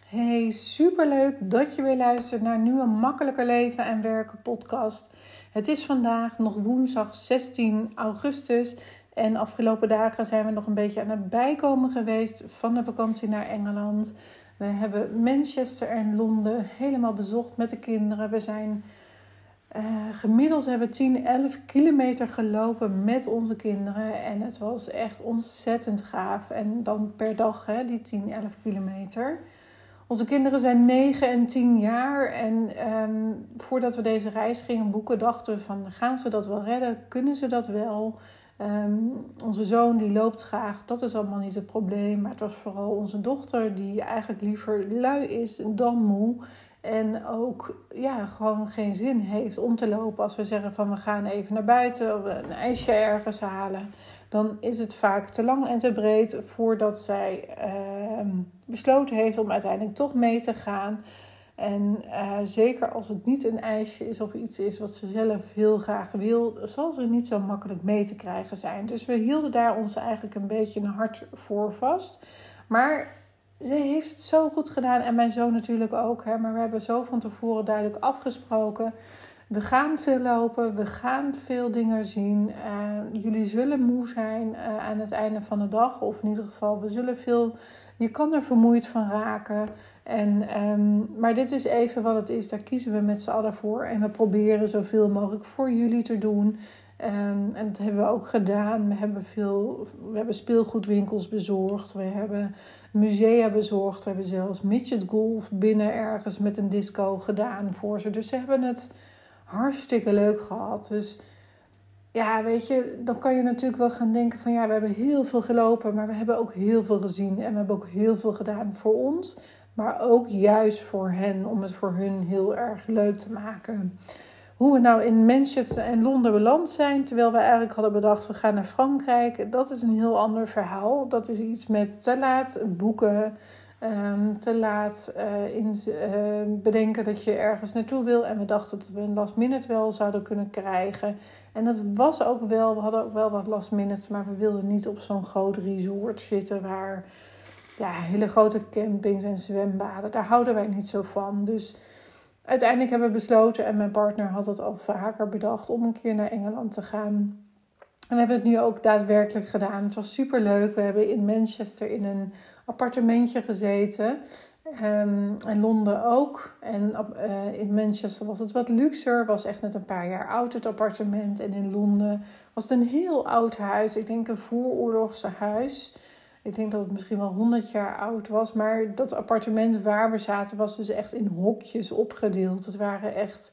Hey, superleuk dat je weer luistert naar een nieuwe Makkelijker Leven en Werken podcast. Het is vandaag nog woensdag 16 augustus en afgelopen dagen zijn we nog een beetje aan het bijkomen geweest van de vakantie naar Engeland. We hebben Manchester en Londen helemaal bezocht met de kinderen. We zijn gemiddeld hebben 10, 11 kilometer gelopen met onze kinderen en het was echt ontzettend gaaf. En dan per dag die 10, 11 kilometer. Onze kinderen zijn 9 en 10 jaar en voordat we deze reis gingen boeken dachten we van gaan ze dat wel redden? Kunnen ze dat wel? Onze zoon die loopt graag, dat is allemaal niet het probleem. Maar het was vooral onze dochter die eigenlijk liever lui is dan moe. En ook gewoon geen zin heeft om te lopen. Als we zeggen van we gaan even naar buiten of een ijsje ergens halen. Dan is het vaak te lang en te breed voordat zij besloten heeft om uiteindelijk toch mee te gaan. En zeker als het niet een ijsje is of iets is wat ze zelf heel graag wil, zal ze niet zo makkelijk mee te krijgen zijn. Dus we hielden daar ons eigenlijk een beetje een hart voor vast. Maar ze heeft het zo goed gedaan en mijn zoon natuurlijk ook. Maar we hebben zo van tevoren duidelijk afgesproken. We gaan veel lopen, we gaan veel dingen zien. Jullie zullen moe zijn aan het einde van de dag. Of in ieder geval, je kan er vermoeid van raken. Maar dit is even wat het is, daar kiezen we met z'n allen voor. En we proberen zoveel mogelijk voor jullie te doen. En dat hebben we ook gedaan. We hebben speelgoedwinkels bezorgd. We hebben musea bezorgd. We hebben zelfs midget golf binnen ergens met een disco gedaan voor ze. Dus ze hebben het hartstikke leuk gehad. Dus ja, weet je, dan kan je natuurlijk wel gaan denken van we hebben heel veel gelopen, maar we hebben ook heel veel gezien. En we hebben ook heel veel gedaan voor ons, maar ook juist voor hen, om het voor hun heel erg leuk te maken. Hoe we nou in Manchester en Londen beland zijn, terwijl we eigenlijk hadden bedacht we gaan naar Frankrijk, dat is een heel ander verhaal. Dat is iets met te laat boeken, te laat bedenken dat je ergens naartoe wil. En we dachten dat we een last minute wel zouden kunnen krijgen. En dat was ook wel, we hadden ook wel wat last minutes, maar we wilden niet op zo'n groot resort zitten waar hele grote campings en zwembaden, daar houden wij niet zo van. Dus uiteindelijk hebben we besloten, en mijn partner had het al vaker bedacht, om een keer naar Engeland te gaan. En we hebben het nu ook daadwerkelijk gedaan. Het was superleuk. We hebben in Manchester in een appartementje gezeten. En Londen ook. En in Manchester was het wat luxer. Was echt net een paar jaar oud het appartement. En in Londen was het een heel oud huis. Ik denk een vooroorlogse huis. Ik denk dat het misschien wel 100 jaar oud was. Maar dat appartement waar we zaten was dus echt in hokjes opgedeeld. Het waren echt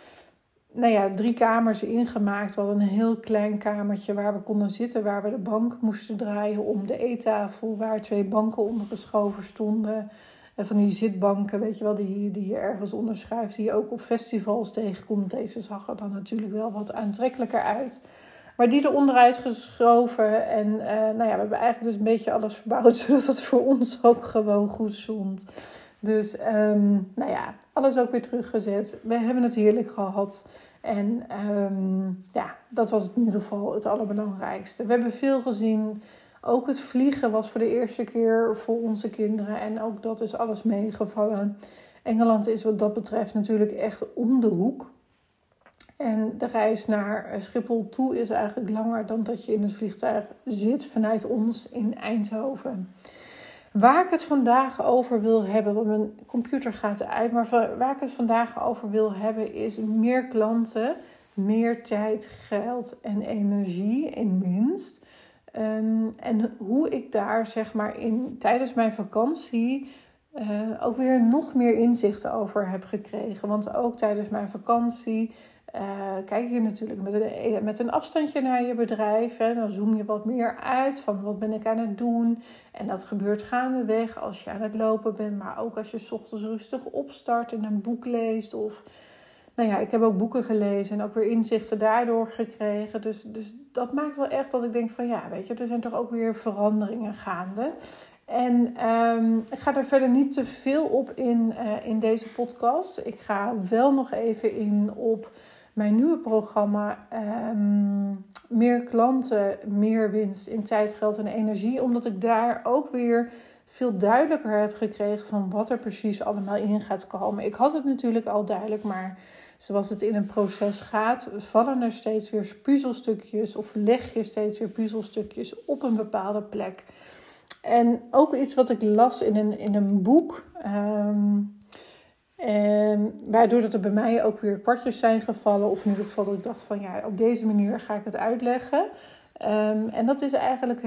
3 kamers ingemaakt. We hadden een heel klein kamertje waar we konden zitten. Waar we de bank moesten draaien om de eettafel. Waar 2 banken onder geschoven stonden. En van die zitbanken, weet je wel, die je ergens onderschuift. Die je ook op festivals tegenkomt. Deze zag er dan natuurlijk wel wat aantrekkelijker uit. Maar die er onderuit geschoven. En we hebben eigenlijk dus een beetje alles verbouwd. Zodat het voor ons ook gewoon goed stond. Dus alles ook weer teruggezet. We hebben het heerlijk gehad. En dat was in ieder geval het allerbelangrijkste. We hebben veel gezien. Ook het vliegen was voor de eerste keer voor onze kinderen. En ook dat is alles meegevallen. Engeland is wat dat betreft natuurlijk echt om de hoek. En de reis naar Schiphol toe is eigenlijk langer dan dat je in het vliegtuig zit vanuit ons in Eindhoven. Waar ik het vandaag over wil hebben, want mijn computer gaat eruit, maar waar ik het vandaag over wil hebben is meer klanten, meer tijd, geld en energie in winst. En hoe ik daar tijdens mijn vakantie ook weer nog meer inzichten over heb gekregen. Want ook tijdens mijn vakantie kijk je natuurlijk met een afstandje naar je bedrijf. Dan zoom je wat meer uit van wat ben ik aan het doen. En dat gebeurt gaandeweg als je aan het lopen bent. Maar ook als je 's ochtends rustig opstart en een boek leest. Of ik heb ook boeken gelezen en ook weer inzichten daardoor gekregen. Dus dat maakt wel echt dat ik denk van er zijn toch ook weer veranderingen gaande. En ik ga er verder niet te veel op in deze podcast. Ik ga wel nog even in op mijn nieuwe programma. Meer klanten, meer winst in tijd, geld en energie. Omdat ik daar ook weer veel duidelijker heb gekregen van wat er precies allemaal in gaat komen. Ik had het natuurlijk al duidelijk, maar zoals het in een proces gaat, vallen er steeds weer puzzelstukjes of leg je steeds weer puzzelstukjes op een bepaalde plek. En ook iets wat ik las in een boek, waardoor er bij mij ook weer kwartjes zijn gevallen. Of in ieder geval dat ik dacht van ja, op deze manier ga ik het uitleggen. En dat is eigenlijk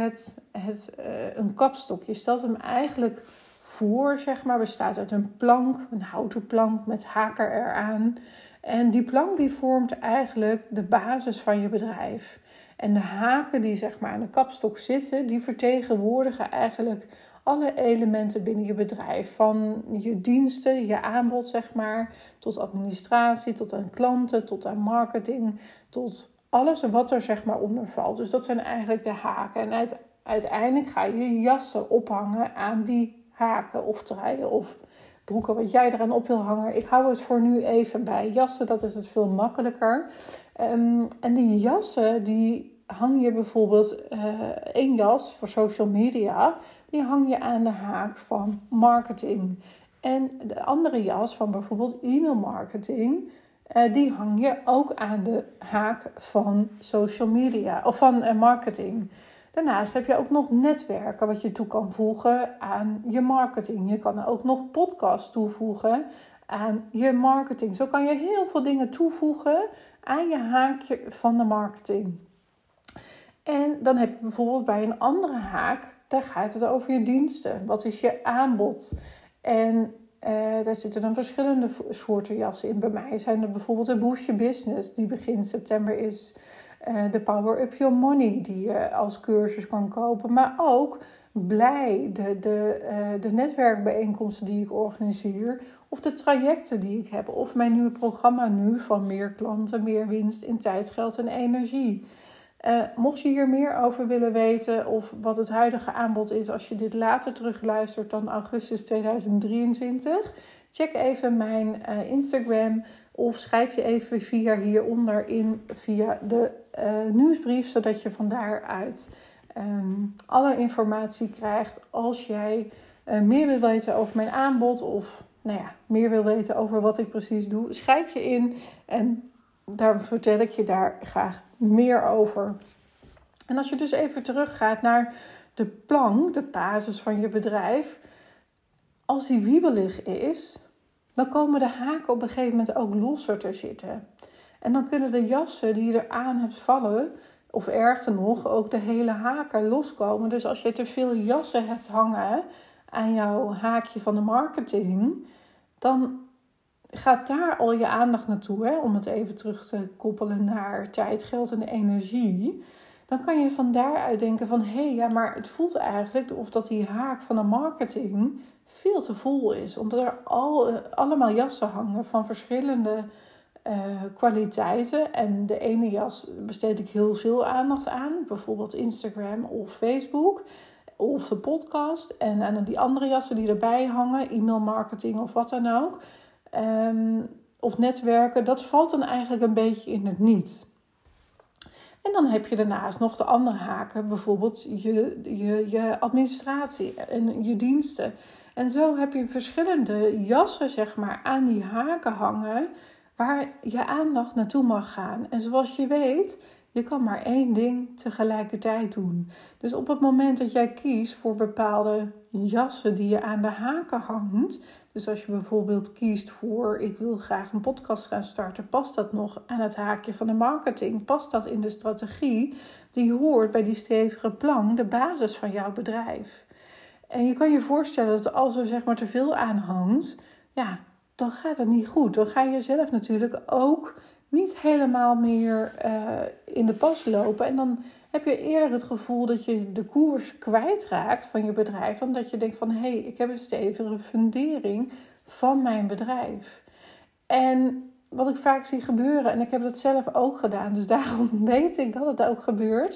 een kapstok. Je stelt hem eigenlijk voor, zeg maar, bestaat uit een plank, een houten plank met haken eraan. En die plank die vormt eigenlijk de basis van je bedrijf. En de haken die zeg maar aan de kapstok zitten, die vertegenwoordigen eigenlijk alle elementen binnen je bedrijf. Van je diensten, je aanbod zeg maar, tot administratie, tot aan klanten, tot aan marketing, tot alles wat er zeg maar onder valt. Dus dat zijn eigenlijk de haken. En uiteindelijk ga je jassen ophangen aan die haken of truien of broeken wat jij eraan op wil hangen. Ik hou het voor nu even bij jassen, dat is het veel makkelijker. En die jassen, die hang je bijvoorbeeld, één jas voor social media, die hang je aan de haak van marketing. En de andere jas van bijvoorbeeld e-mail marketing, die hang je ook aan de haak van social media of van marketing. Daarnaast heb je ook nog netwerken wat je toe kan voegen aan je marketing. Je kan ook nog podcasts toevoegen aan je marketing. Zo kan je heel veel dingen toevoegen aan je haakje van de marketing. En dan heb je bijvoorbeeld bij een andere haak, daar gaat het over je diensten. Wat is je aanbod? En daar zitten dan verschillende soorten jassen in. Bij mij zijn er bijvoorbeeld de Boost Your Business, die begin september is. De Power Up Your Money, die je als cursus kan kopen. Maar ook Blij, de netwerkbijeenkomsten die ik organiseer. Of de trajecten die ik heb. Of mijn nieuwe programma nu van meer klanten, meer winst in tijd, geld en energie. Mocht je hier meer over willen weten of wat het huidige aanbod is als je dit later terugluistert dan augustus 2023, check even mijn Instagram of schrijf je even via hieronder in via de nieuwsbrief, zodat je van daaruit alle informatie krijgt als jij meer wil weten over mijn aanbod of meer wil weten over wat ik precies doe. Schrijf je in en daar vertel ik je daar graag meer over. En als je dus even teruggaat naar de plank, de basis van je bedrijf. Als die wiebelig is, dan komen de haken op een gegeven moment ook losser te zitten. En dan kunnen de jassen die je eraan hebt vallen, of erger nog, ook de hele haken loskomen. Dus als je te veel jassen hebt hangen aan jouw haakje van de marketing, dan gaat daar al je aandacht naartoe, hè? Om het even terug te koppelen naar tijd, geld en energie. Dan kan je van daaruit denken van, maar het voelt eigenlijk of dat die haak van de marketing veel te vol is. Omdat er allemaal jassen hangen van verschillende kwaliteiten. En de ene jas besteed ik heel veel aandacht aan. Bijvoorbeeld Instagram of Facebook of de podcast. En aan die andere jassen die erbij hangen, e-mail marketing of wat dan ook. Of netwerken, dat valt dan eigenlijk een beetje in het En dan heb je daarnaast nog de andere haken, bijvoorbeeld je administratie en je diensten. En zo heb je verschillende jassen, zeg maar, aan die haken hangen waar je aandacht naartoe mag gaan. En zoals je weet, je kan maar één ding tegelijkertijd doen. Dus op het moment dat jij kiest voor bepaalde jassen die je aan de haken hangt. Dus als je bijvoorbeeld kiest voor, ik wil graag een podcast gaan starten. Past dat nog aan het haakje van de marketing? Past dat in de strategie die hoort bij die stevige plank, de basis van jouw bedrijf? En je kan je voorstellen dat als er zeg maar te veel aan hangt, dan gaat het niet goed. Dan ga je zelf natuurlijk ook niet helemaal meer in de pas lopen. En dan heb je eerder het gevoel dat je de koers kwijtraakt van je bedrijf. Omdat je denkt van, ik heb een stevige fundering van mijn bedrijf. En wat ik vaak zie gebeuren, en ik heb dat zelf ook gedaan, dus daarom weet ik dat het ook gebeurt,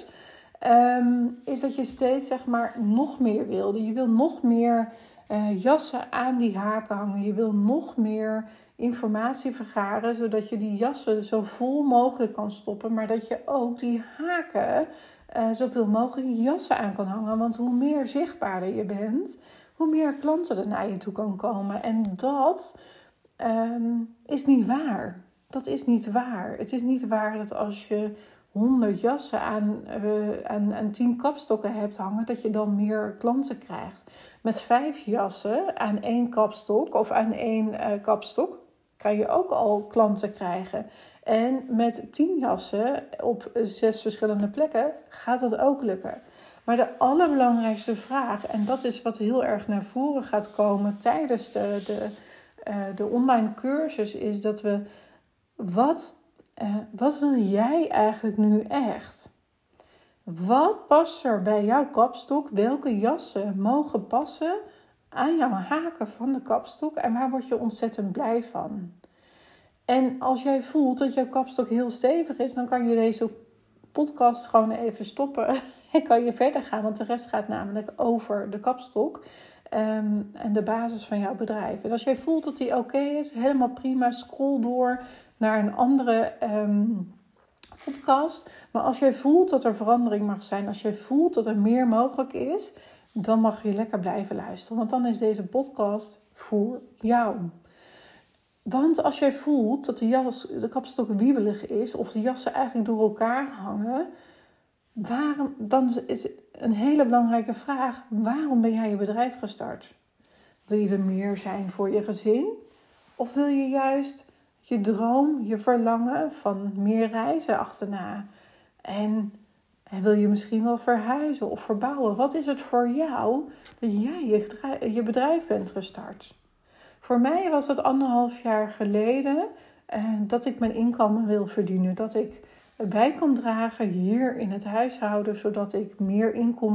is dat je steeds zeg maar nog meer wilde. Je wil nog meer jassen aan die haken hangen. Je wil nog meer informatie vergaren, zodat je die jassen zo vol mogelijk kan stoppen, maar dat je ook die haken zoveel mogelijk jassen aan kan hangen. Want hoe meer zichtbaarder je bent, hoe meer klanten er naar je toe kan komen. En dat is niet waar. Dat is niet waar. Het is niet waar dat als je 100 jassen aan 10 kapstokken hebt hangen, dat je dan meer klanten krijgt. Met 5 jassen aan 1 kapstok of aan 1 kapstok kan je ook al klanten krijgen. En met 10 jassen op 6 verschillende plekken gaat dat ook lukken. Maar de allerbelangrijkste vraag, en dat is wat heel erg naar voren gaat komen tijdens de online cursus, is dat we... Wat wil jij eigenlijk nu echt? Wat past er bij jouw kapstok? Welke jassen mogen passen aan jouw haken van de kapstok? En waar word je ontzettend blij van? En als jij voelt dat jouw kapstok heel stevig is, dan kan je deze podcast gewoon even stoppen. En kan je verder gaan, want de rest gaat namelijk over de kapstok. En de basis van jouw bedrijf. En als jij voelt dat die oké is, helemaal prima, scroll door naar een andere podcast. Maar als jij voelt dat er verandering mag zijn, als jij voelt dat er meer mogelijk is, dan mag je lekker blijven luisteren. Want dan is deze podcast voor jou. Want als jij voelt dat de kapstok wiebelig is, of de jassen eigenlijk door elkaar hangen, dan is een hele belangrijke vraag: waarom ben jij je bedrijf gestart? Wil je er meer zijn voor je gezin? Of wil je juist je droom, je verlangen van meer reizen achterna? En wil je misschien wel verhuizen of verbouwen? Wat is het voor jou dat jij je bedrijf bent gestart? Voor mij was het 1,5 jaar geleden dat ik mijn inkomen wil verdienen. Dat ik bij kan dragen hier in het huishouden, zodat ik meer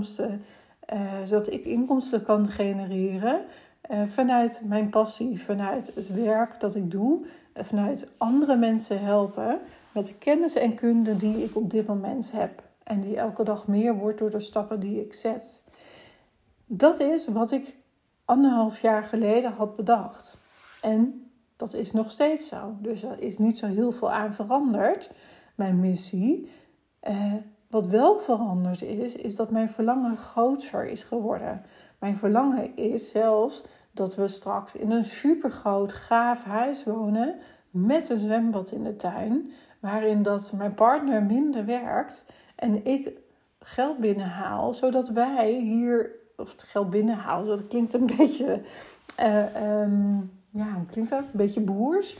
inkomsten kan genereren vanuit mijn passie, vanuit het werk dat ik doe, vanuit andere mensen helpen met de kennis en kunde die ik op dit moment heb en die elke dag meer wordt door de stappen die ik zet. Dat is wat ik 1,5 jaar geleden had bedacht. En dat is nog steeds zo. Dus er is niet zo heel veel aan veranderd. Mijn missie. Wat wel veranderd is dat mijn verlangen groter is geworden. Mijn verlangen is zelfs dat we straks in een supergroot, gaaf huis wonen met een zwembad in de tuin, waarin dat mijn partner minder werkt en ik geld binnenhaal, zodat wij hier, of het geld binnenhaal, dat klinkt een beetje, hoe klinkt dat? Een beetje boers.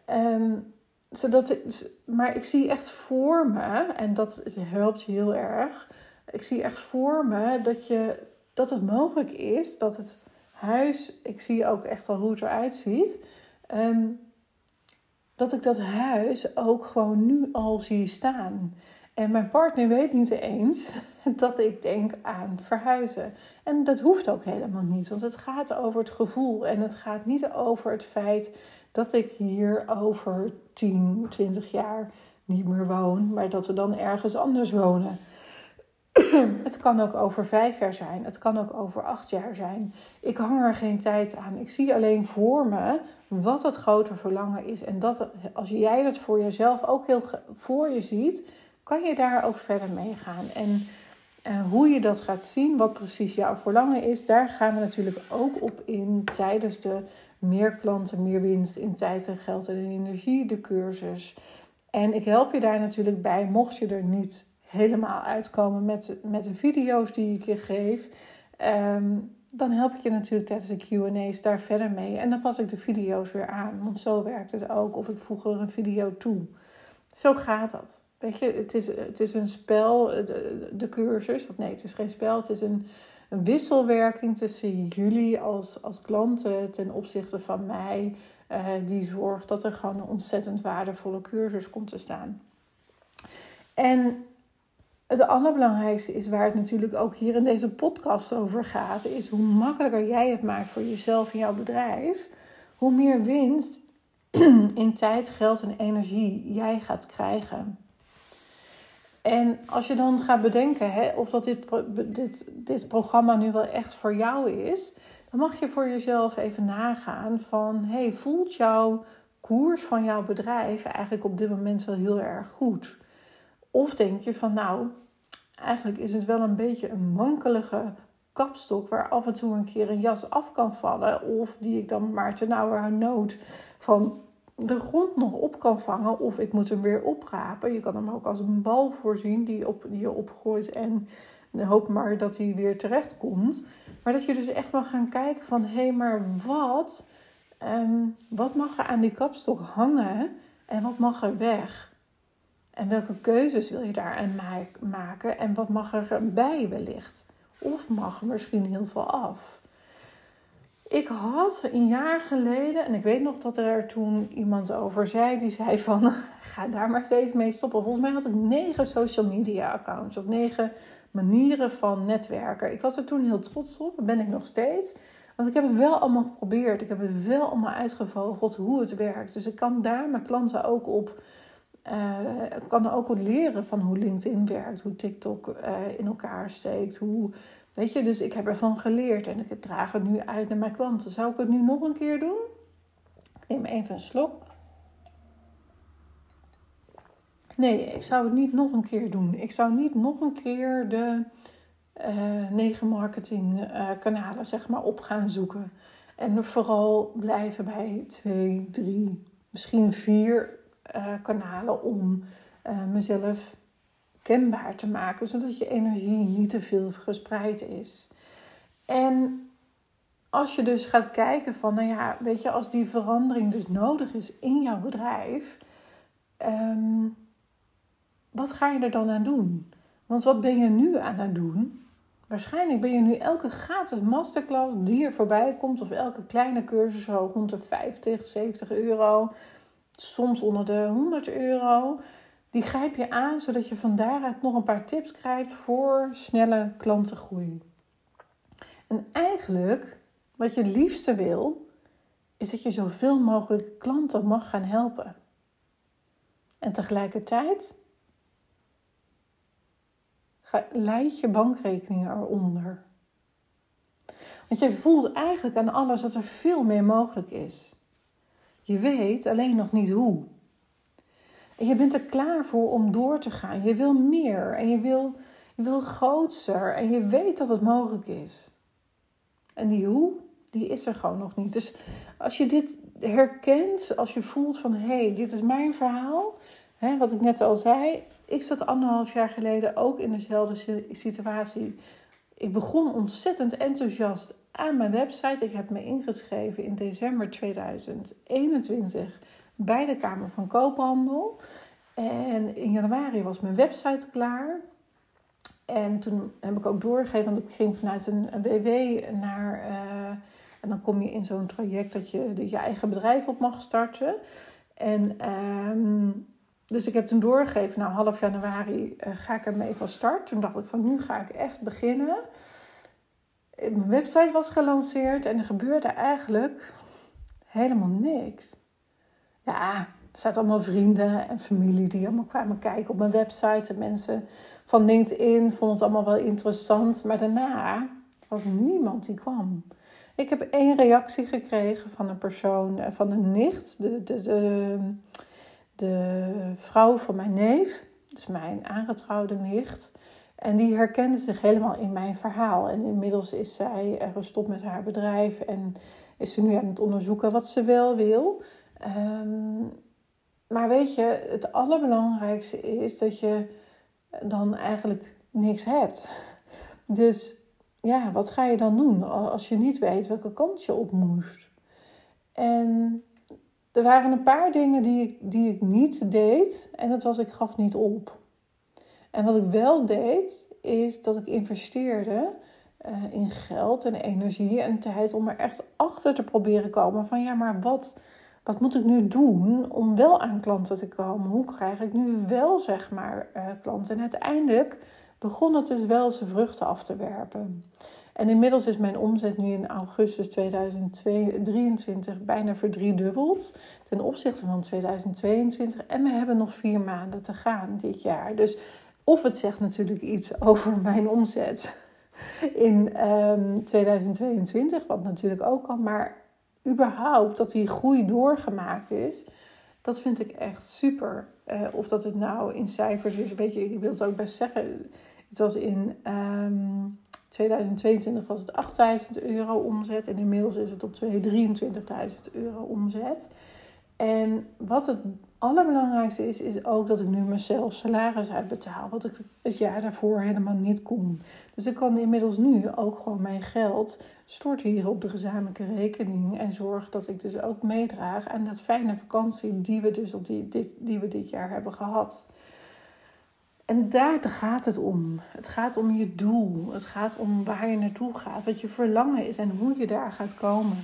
Maar ik zie echt voor me, en dat helpt je heel erg. Ik zie echt voor me dat het mogelijk is dat het huis, ik zie ook echt al hoe het eruit ziet, dat ik dat huis ook gewoon nu al zie staan. En mijn partner weet niet eens dat ik denk aan verhuizen. En dat hoeft ook helemaal niet, want het gaat over het gevoel. En het gaat niet over het feit dat ik hier over 10, 20 jaar niet meer woon, maar dat we dan ergens anders wonen. Het kan ook over 5 jaar zijn. Het kan ook over 8 jaar zijn. Ik hang er geen tijd aan. Ik zie alleen voor me wat het grote verlangen is. En dat, als jij dat voor jezelf ook heel voor je ziet, kan je daar ook verder mee gaan. En hoe je dat gaat zien, wat precies jouw verlangen is, daar gaan we natuurlijk ook op in tijdens de meer klanten, meer winst in tijd en geld en energie, de cursus. En ik help je daar natuurlijk bij, mocht je er niet helemaal uitkomen met de video's die ik je geef. Dan help ik je natuurlijk tijdens de Q&A's daar verder mee. En dan pas ik de video's weer aan, want zo werkt het ook. Of ik voeg er een video toe. Zo gaat dat. Weet je, het is een spel, de cursus. Of nee, het is geen spel. Het is een wisselwerking tussen jullie als klanten ten opzichte van mij. Die zorgt dat er gewoon een ontzettend waardevolle cursus komt te staan. En het allerbelangrijkste is, waar het natuurlijk ook hier in deze podcast over gaat, is hoe makkelijker jij het maakt voor jezelf en jouw bedrijf, hoe meer winst in tijd, geld en energie jij gaat krijgen. En als je dan gaat bedenken of dat dit programma nu wel echt voor jou is, dan mag je voor jezelf even nagaan van, voelt jouw koers van jouw bedrijf eigenlijk op dit moment wel heel erg goed? Of denk je van, eigenlijk is het wel een beetje een wankelige kapstok waar af en toe een keer een jas af kan vallen. Of die ik dan maar ternauwernood van de grond nog op kan vangen. Of ik moet hem weer oprapen. Je kan hem ook als een bal voorzien die je opgooit. En hoop maar dat hij weer terecht komt. Maar dat je dus echt mag gaan kijken van... hé, maar wat mag er aan die kapstok hangen? En wat mag er weg? En welke keuzes wil je daaraan maken? En wat mag er bij wellicht? Of mag er misschien heel veel af? Ik had een jaar geleden, en ik weet nog dat er toen iemand over zei, die zei van, ga daar maar eens even mee stoppen. Volgens mij had ik 9 social media accounts of 9 manieren van netwerken. Ik was er toen heel trots op, dat ben ik nog steeds. Want ik heb het wel allemaal geprobeerd. Ik heb het wel allemaal uitgevogeld hoe het werkt. Dus ik kan daar mijn klanten ook op... Ik kan er ook wat leren van hoe LinkedIn werkt, hoe TikTok in elkaar steekt. Weet je, dus ik heb ervan geleerd en ik draag het nu uit naar mijn klanten. Zou ik het nu nog een keer doen? Ik neem even een slok. Nee, ik zou het niet nog een keer doen. Ik zou niet nog een keer de 9 marketingkanalen zeg maar op gaan zoeken. En vooral blijven bij 2, 3, misschien 4 kanalen om mezelf kenbaar te maken, zodat je energie niet te veel verspreid is. En als je dus gaat kijken van, nou ja, weet je, als die verandering dus nodig is in jouw bedrijf, wat ga je er dan aan doen? Want wat ben je nu aan het doen? Waarschijnlijk ben je nu elke gratis masterclass die er voorbij komt, of elke kleine cursus zo rond de 50, 70 euro, soms onder de 100 euro. Die grijp je aan, zodat je van daaruit nog een paar tips krijgt voor snelle klantengroei. En eigenlijk, wat je het liefste wil, is dat je zoveel mogelijk klanten mag gaan helpen. En tegelijkertijd leid je bankrekening eronder. Want je voelt eigenlijk aan alles dat er veel meer mogelijk is. Je weet alleen nog niet hoe. En je bent er klaar voor om door te gaan. Je wil meer en je wil groter en je weet dat het mogelijk is. En die hoe, die is er gewoon nog niet. Dus als je dit herkent, als je voelt van, hé, dit is mijn verhaal. Hè, wat ik net al zei, ik zat 1,5 jaar geleden ook in dezelfde situatie. Ik begon ontzettend enthousiast aan mijn website. Ik heb me ingeschreven in december 2021 bij de Kamer van Koophandel. En in januari was mijn website klaar. En toen heb ik ook doorgegeven, want ik ging vanuit een BW naar... en dan kom je in zo'n traject dat je je eigen bedrijf op mag starten. En dus ik heb toen doorgegeven, nou half januari ga ik ermee van start. Toen dacht ik van, nu ga ik echt beginnen. Mijn website was gelanceerd en er gebeurde eigenlijk helemaal niks. Ja, er zaten allemaal vrienden en familie die allemaal kwamen kijken op mijn website. De mensen van LinkedIn vonden het allemaal wel interessant. Maar daarna was er niemand die kwam. Ik heb 1 reactie gekregen van een persoon, van een nicht. De vrouw van mijn neef. Dus mijn aangetrouwde nicht. En die herkende zich helemaal in mijn verhaal. En inmiddels is zij gestopt met haar bedrijf. En is ze nu aan het onderzoeken wat ze wel wil. Maar weet je, het allerbelangrijkste is dat je dan eigenlijk niks hebt. Dus ja, wat ga je dan doen als je niet weet welke kant je op moest? En er waren een paar dingen die ik niet deed en dat was, ik gaf niet op. En wat ik wel deed, is dat ik investeerde in geld en energie en tijd om er echt achter te proberen komen van, ja, maar wat moet ik nu doen om wel aan klanten te komen? Hoe krijg ik nu wel, zeg maar, klanten? En uiteindelijk begon het dus wel zijn vruchten af te werpen. En inmiddels is mijn omzet nu in augustus 2023 bijna verdriedubbeld ten opzichte van 2022. En we hebben nog 4 maanden te gaan dit jaar. Dus of het zegt natuurlijk iets over mijn omzet in 2022, wat natuurlijk ook al, maar überhaupt dat die groei doorgemaakt is, dat vind ik echt super. Of dat het nou in cijfers is, weet je, ik wil het ook best zeggen. Het was in 2022 was het €8.000 omzet. En inmiddels is het op 23.000 euro omzet. En wat het allerbelangrijkste is ook dat ik nu mezelf salaris uitbetaal. Wat ik het jaar daarvoor helemaal niet kon. Dus ik kan inmiddels nu ook gewoon mijn geld storten hier op de gezamenlijke rekening. En zorg dat ik dus ook meedraag aan dat fijne vakantie die we dus die we dit jaar hebben gehad. En daar gaat het om. Het gaat om je doel. Het gaat om waar je naartoe gaat. Wat je verlangen is en hoe je daar gaat komen.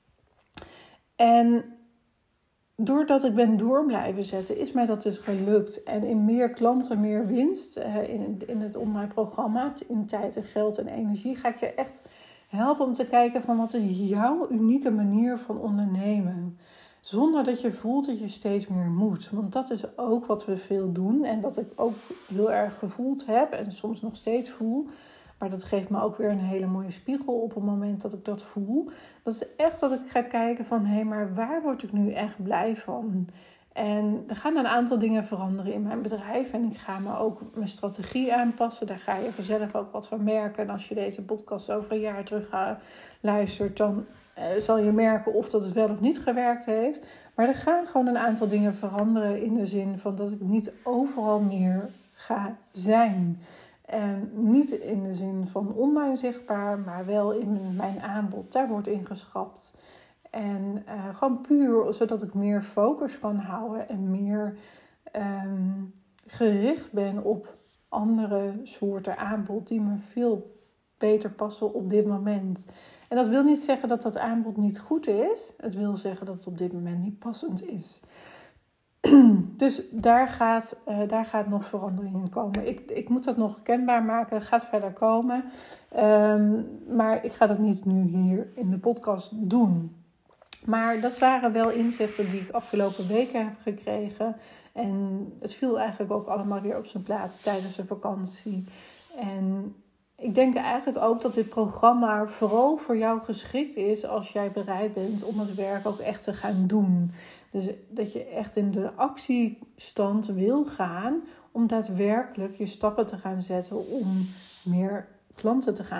En doordat ik ben door blijven zetten, is mij dat dus gelukt. En in meer klanten, meer winst in het online programma, in tijd en geld en energie, ga ik je echt helpen om te kijken van wat is jouw unieke manier van ondernemen. Zonder dat je voelt dat je steeds meer moet. Want dat is ook wat we veel doen. En dat ik ook heel erg gevoeld heb en soms nog steeds voel. Maar dat geeft me ook weer een hele mooie spiegel op het moment dat ik dat voel. Dat is echt dat ik ga kijken van, hé, maar waar word ik nu echt blij van? En er gaan een aantal dingen veranderen in mijn bedrijf. En ik ga me ook mijn strategie aanpassen. Daar ga je vanzelf ook wat van merken. En als je deze podcast over een jaar terug luistert, dan zal je merken of dat het wel of niet gewerkt heeft. Maar er gaan gewoon een aantal dingen veranderen in de zin van dat ik niet overal meer ga zijn. En niet in de zin van online zichtbaar, maar wel in mijn aanbod. Daar wordt ingeschrapt. En gewoon puur zodat ik meer focus kan houden en meer gericht ben op andere soorten aanbod die me veel beter passen op dit moment. En dat wil niet zeggen dat dat aanbod niet goed is. Het wil zeggen dat het op dit moment niet passend is. Dus daar gaat nog verandering in komen. Ik moet dat nog kenbaar maken. Het gaat verder komen. Maar ik ga dat niet nu hier in de podcast doen. Maar dat waren wel inzichten die ik afgelopen weken heb gekregen. En het viel eigenlijk ook allemaal weer op zijn plaats tijdens de vakantie. En ik denk eigenlijk ook dat dit programma vooral voor jou geschikt is als jij bereid bent om het werk ook echt te gaan doen. Dus dat je echt in de actiestand wil gaan om daadwerkelijk je stappen te gaan zetten om meer klanten te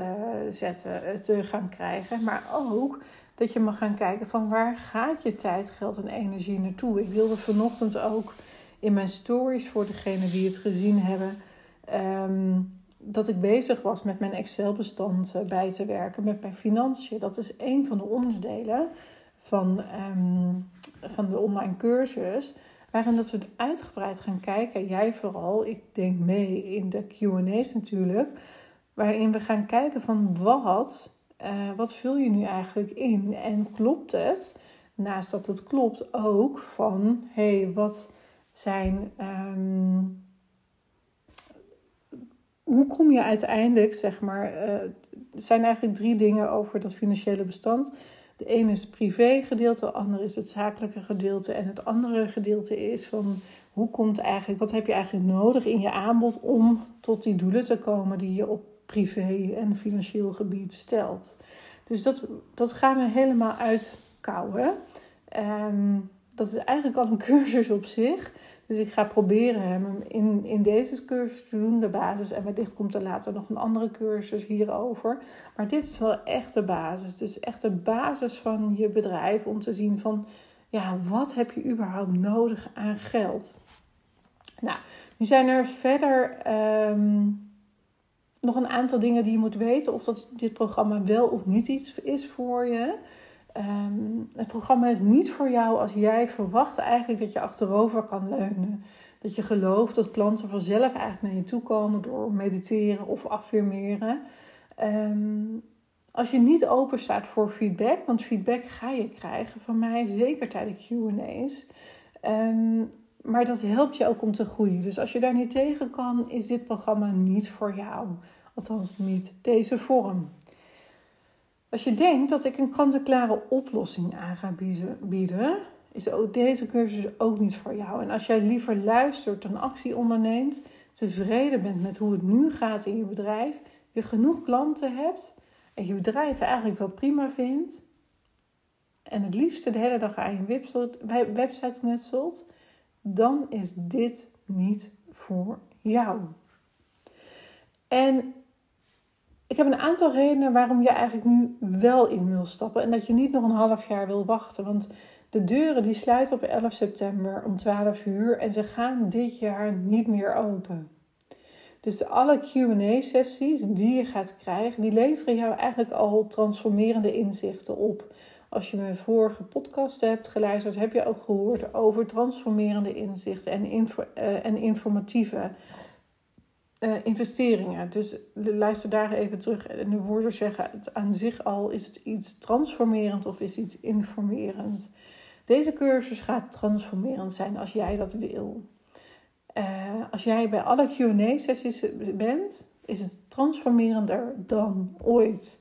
gaan krijgen. Maar ook dat je mag gaan kijken van waar gaat je tijd, geld en energie naartoe. Ik deelde vanochtend ook in mijn stories voor degenen die het gezien hebben, dat ik bezig was met mijn Excel-bestand bij te werken, met mijn financiën. Dat is een van de onderdelen van de online cursus, waarin dat we het uitgebreid gaan kijken. Jij vooral, ik denk mee in de Q&A's natuurlijk, waarin we gaan kijken van wat vul je nu eigenlijk in? En klopt het, naast dat het klopt, ook van, wat zijn hoe kom je uiteindelijk, zeg maar, er zijn eigenlijk 3 dingen over dat financiële bestand. De ene is het privé gedeelte, de andere is het zakelijke gedeelte. En het andere gedeelte is van wat heb je eigenlijk nodig in je aanbod om tot die doelen te komen die je op privé en financieel gebied stelt. Dus dat gaan we helemaal uitkouwen. Dat is eigenlijk al een cursus op zich. Dus ik ga proberen hem in deze cursus te doen, de basis. En wellicht komt er later nog een andere cursus hierover. Maar dit is wel echt de basis. Dus echt de basis van je bedrijf om te zien van, wat heb je überhaupt nodig aan geld? Nou, nu zijn er verder nog een aantal dingen die je moet weten. Of dat dit programma wel of niet iets is voor je. Het programma is niet voor jou als jij verwacht eigenlijk dat je achterover kan leunen. Dat je gelooft dat klanten vanzelf eigenlijk naar je toe komen door mediteren of affirmeren. Als je niet open staat voor feedback, want feedback ga je krijgen van mij, zeker tijdens Q&A's. Maar dat helpt je ook om te groeien. Dus als je daar niet tegen kan, is dit programma niet voor jou. Althans niet deze vorm. Als je denkt dat ik een kant-en-klare oplossing aan ga bieden, is ook deze cursus ook niet voor jou. En als jij liever luistert dan actie onderneemt, tevreden bent met hoe het nu gaat in je bedrijf, je genoeg klanten hebt en je bedrijf eigenlijk wel prima vindt en het liefste de hele dag aan je website knutselt, dan is dit niet voor jou. En Ik heb een aantal redenen waarom je eigenlijk nu wel in wil stappen. En dat je niet nog een half jaar wil wachten. Want de deuren die sluiten op 11 september om 12 uur. En ze gaan dit jaar niet meer open. Dus alle Q&A-sessies die je gaat krijgen, die leveren jou eigenlijk al transformerende inzichten op. Als je mijn vorige podcast hebt geluisterd, heb je ook gehoord over transformerende inzichten en informatieve investeringen. Dus luister daar even terug. En nu woorden zeggen, het aan zich al, is het iets transformerend of is iets informerend? Deze cursus gaat transformerend zijn als jij dat wil. Als jij bij alle Q&A-sessies bent, is het transformerender dan ooit.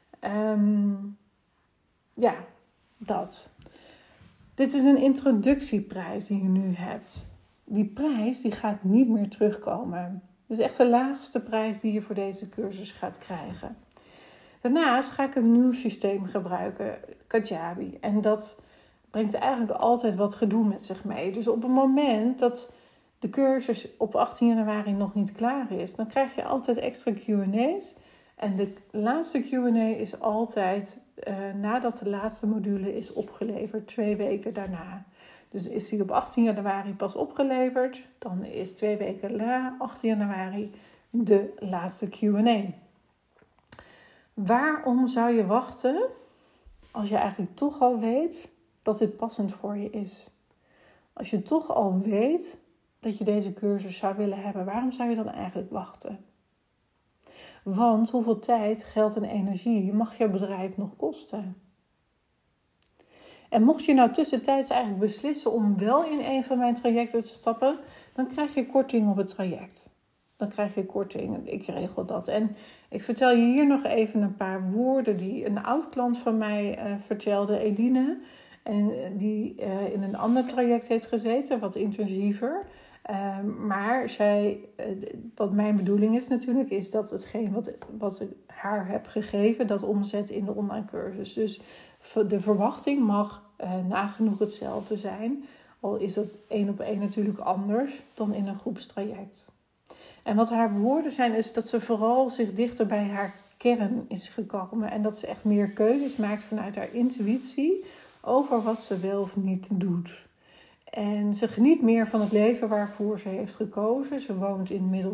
Dat. Dit is een introductieprijs die je nu hebt. Die prijs die gaat niet meer terugkomen. Het is echt de laagste prijs die je voor deze cursus gaat krijgen. Daarnaast ga ik een nieuw systeem gebruiken, Kajabi. En dat brengt eigenlijk altijd wat gedoe met zich mee. Dus op het moment dat de cursus op 18 januari nog niet klaar is, dan krijg je altijd extra Q&A's. En de laatste Q&A is altijd nadat de laatste module is opgeleverd, 2 weken daarna. Dus is die op 18 januari pas opgeleverd, dan is 2 weken na 18 januari de laatste Q&A. Waarom zou je wachten als je eigenlijk toch al weet dat dit passend voor je is? Als je toch al weet dat je deze cursus zou willen hebben, waarom zou je dan eigenlijk wachten? Want hoeveel tijd, geld en energie mag je bedrijf nog kosten? En mocht je nou tussentijds eigenlijk beslissen om wel in een van mijn trajecten te stappen, dan krijg je korting op het traject. Dan krijg je korting. Ik regel dat. En ik vertel je hier nog even een paar woorden die een oud klant van mij vertelde, Edine. En die in een ander traject heeft gezeten, wat intensiever. Maar wat mijn bedoeling is natuurlijk, is dat hetgeen wat ik haar heb gegeven, dat omzet in de online cursus. Dus de verwachting mag nagenoeg hetzelfde zijn. Al is dat 1 op 1 natuurlijk anders dan in een groepstraject. En wat haar woorden zijn, is dat ze vooral zich dichter bij haar kern is gekomen. En dat ze echt meer keuzes maakt vanuit haar intuïtie over wat ze wel of niet doet. En ze geniet meer van het leven waarvoor ze heeft gekozen. Ze woont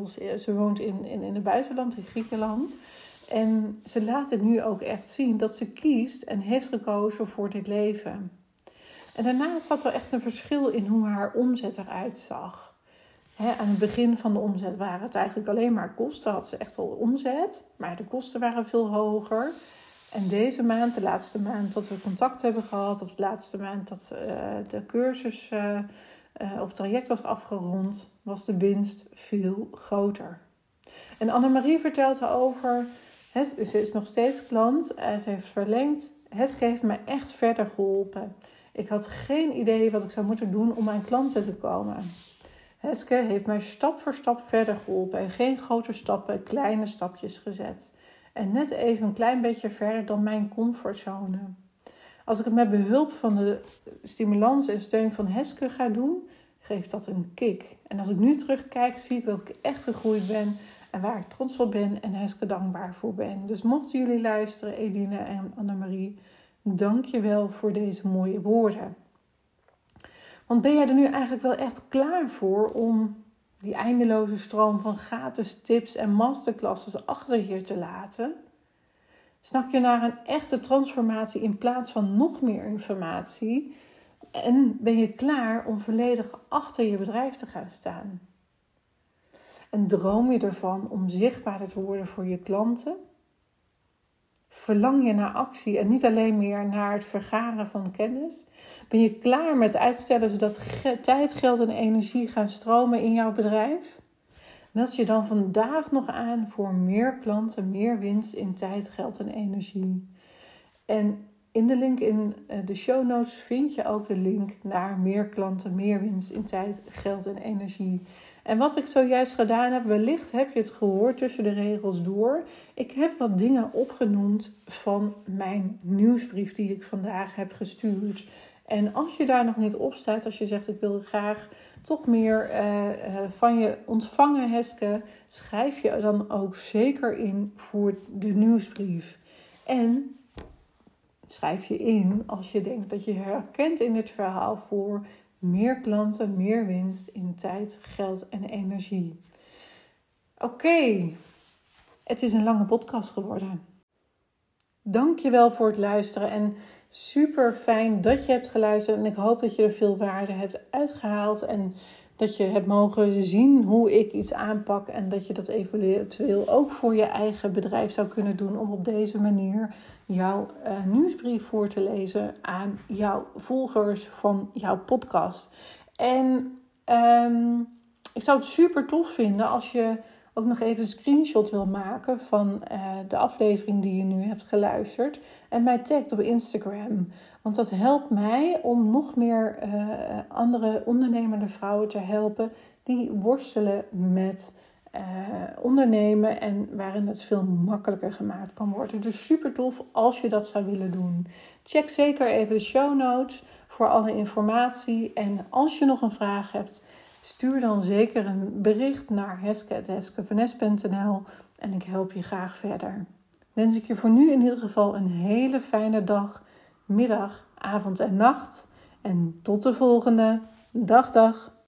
in het buitenland, in Griekenland. En ze laat het nu ook echt zien dat ze kiest en heeft gekozen voor dit leven. En daarnaast zat er echt een verschil in hoe haar omzet eruit zag. Aan het begin van de omzet waren het eigenlijk alleen maar kosten. Had ze echt al omzet, maar de kosten waren veel hoger. En deze maand, de laatste maand dat we contact hebben gehad, of de laatste maand dat de cursus of traject was afgerond, was de winst veel groter. En Annemarie vertelt erover, ze is nog steeds klant, ze heeft verlengd. Heske heeft mij echt verder geholpen. Ik had geen idee wat ik zou moeten doen om aan klanten te komen. Heske heeft mij stap voor stap verder geholpen en geen grote stappen, kleine stapjes gezet. En net even een klein beetje verder dan mijn comfortzone. Als ik het met behulp van de stimulans en steun van Heske ga doen, geeft dat een kick. En als ik nu terugkijk, zie ik dat ik echt gegroeid ben en waar ik trots op ben en Heske dankbaar voor ben. Dus mochten jullie luisteren, Eline en Annemarie, dank je wel voor deze mooie woorden. Want ben jij er nu eigenlijk wel echt klaar voor om die eindeloze stroom van gratis tips en masterclasses achter je te laten? Snak je naar een echte transformatie in plaats van nog meer informatie? En ben je klaar om volledig achter je bedrijf te gaan staan? En droom je ervan om zichtbaarder te worden voor je klanten? Verlang je naar actie en niet alleen meer naar het vergaren van kennis? Ben je klaar met uitstellen zodat tijd, geld en energie gaan stromen in jouw bedrijf? Meld je dan vandaag nog aan voor meer klanten, meer winst in tijd, geld en energie. En In de link in de show notes vind je ook de link naar meer klanten, meer winst in tijd, geld en energie. En wat ik zojuist gedaan heb, wellicht heb je het gehoord tussen de regels door. Ik heb wat dingen opgenoemd van mijn nieuwsbrief die ik vandaag heb gestuurd. En als je daar nog niet op staat, als je zegt ik wil graag toch meer van je ontvangen, Heske, schrijf je dan ook zeker in voor de nieuwsbrief. En schrijf je in als je denkt dat je herkent in het verhaal voor meer klanten, meer winst in tijd, geld en energie. Oké, het is een lange podcast geworden. Dankjewel voor het luisteren en super fijn dat je hebt geluisterd. En ik hoop dat je er veel waarde hebt uitgehaald en dat je hebt mogen zien hoe ik iets aanpak en dat je dat eventueel ook voor je eigen bedrijf zou kunnen doen om op deze manier jouw nieuwsbrief voor te lezen aan jouw volgers van jouw podcast. En ik zou het super tof vinden als je ook nog even een screenshot wil maken van de aflevering die je nu hebt geluisterd. En mij tagt op Instagram. Want dat helpt mij om nog meer andere ondernemende vrouwen te helpen die worstelen met ondernemen en waarin het veel makkelijker gemaakt kan worden. Dus super tof als je dat zou willen doen. Check zeker even de show notes voor alle informatie. En als je nog een vraag hebt, stuur dan zeker een bericht naar heske@heskevanes.nl en ik help je graag verder. Wens ik je voor nu in ieder geval een hele fijne dag, middag, avond en nacht. En tot de volgende. Dag.